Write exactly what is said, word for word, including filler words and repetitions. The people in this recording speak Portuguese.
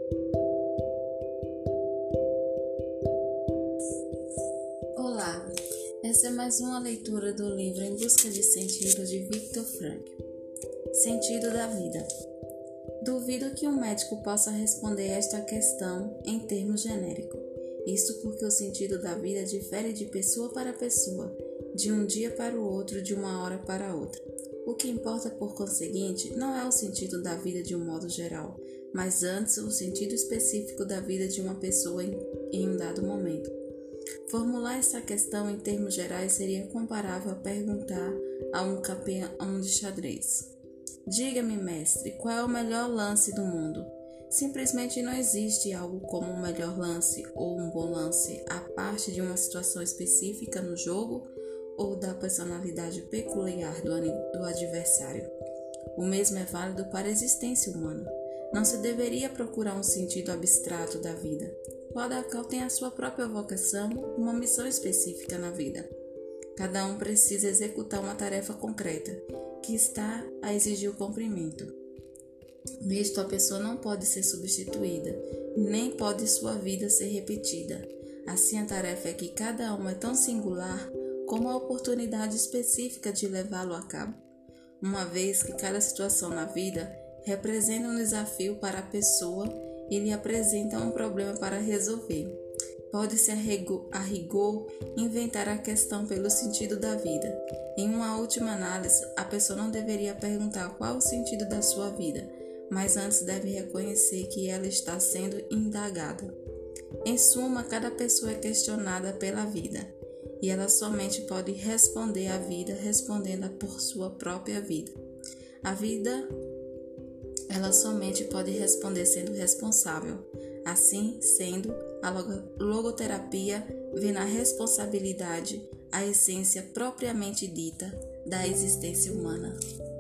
Olá, essa é mais uma leitura do livro Em Busca de Sentido de Viktor Frankl. Sentido da vida. Duvido que um médico possa responder esta questão em termos genéricos. Isto porque o sentido da vida difere de pessoa para pessoa, de um dia para o outro, de uma hora para outra. O que importa, por conseguinte, não é o sentido da vida de um modo geral, mas antes o sentido específico da vida de uma pessoa em, em um dado momento. Formular essa questão em termos gerais seria comparável a perguntar a um campeão de xadrez: diga-me, mestre, qual é o melhor lance do mundo? Simplesmente não existe algo como um melhor lance ou um bom lance, a parte de uma situação específica no jogo ou da personalidade peculiar do, do adversário. O mesmo é válido para a existência humana. Não se deveria procurar um sentido abstrato da vida. Cada qual tem a sua própria vocação, uma missão específica na vida. Cada um precisa executar uma tarefa concreta, que está a exigir o cumprimento. Nisto, a pessoa não pode ser substituída, nem pode sua vida ser repetida. Assim, a tarefa é que cada um é tão singular como a oportunidade específica de levá-lo a cabo, uma vez que cada situação na vida representa um desafio para a pessoa e lhe apresenta um problema para resolver. Pode-se a rigor, a rigor inventar a questão pelo sentido da vida. Em uma última análise, a pessoa não deveria perguntar qual o sentido da sua vida, mas antes deve reconhecer que ela está sendo indagada. Em suma, cada pessoa é questionada pela vida, e ela somente pode responder à vida respondendo por sua própria vida. A vida, ela somente pode responder sendo responsável. Assim sendo, a logoterapia vê na responsabilidade a essência propriamente dita da existência humana.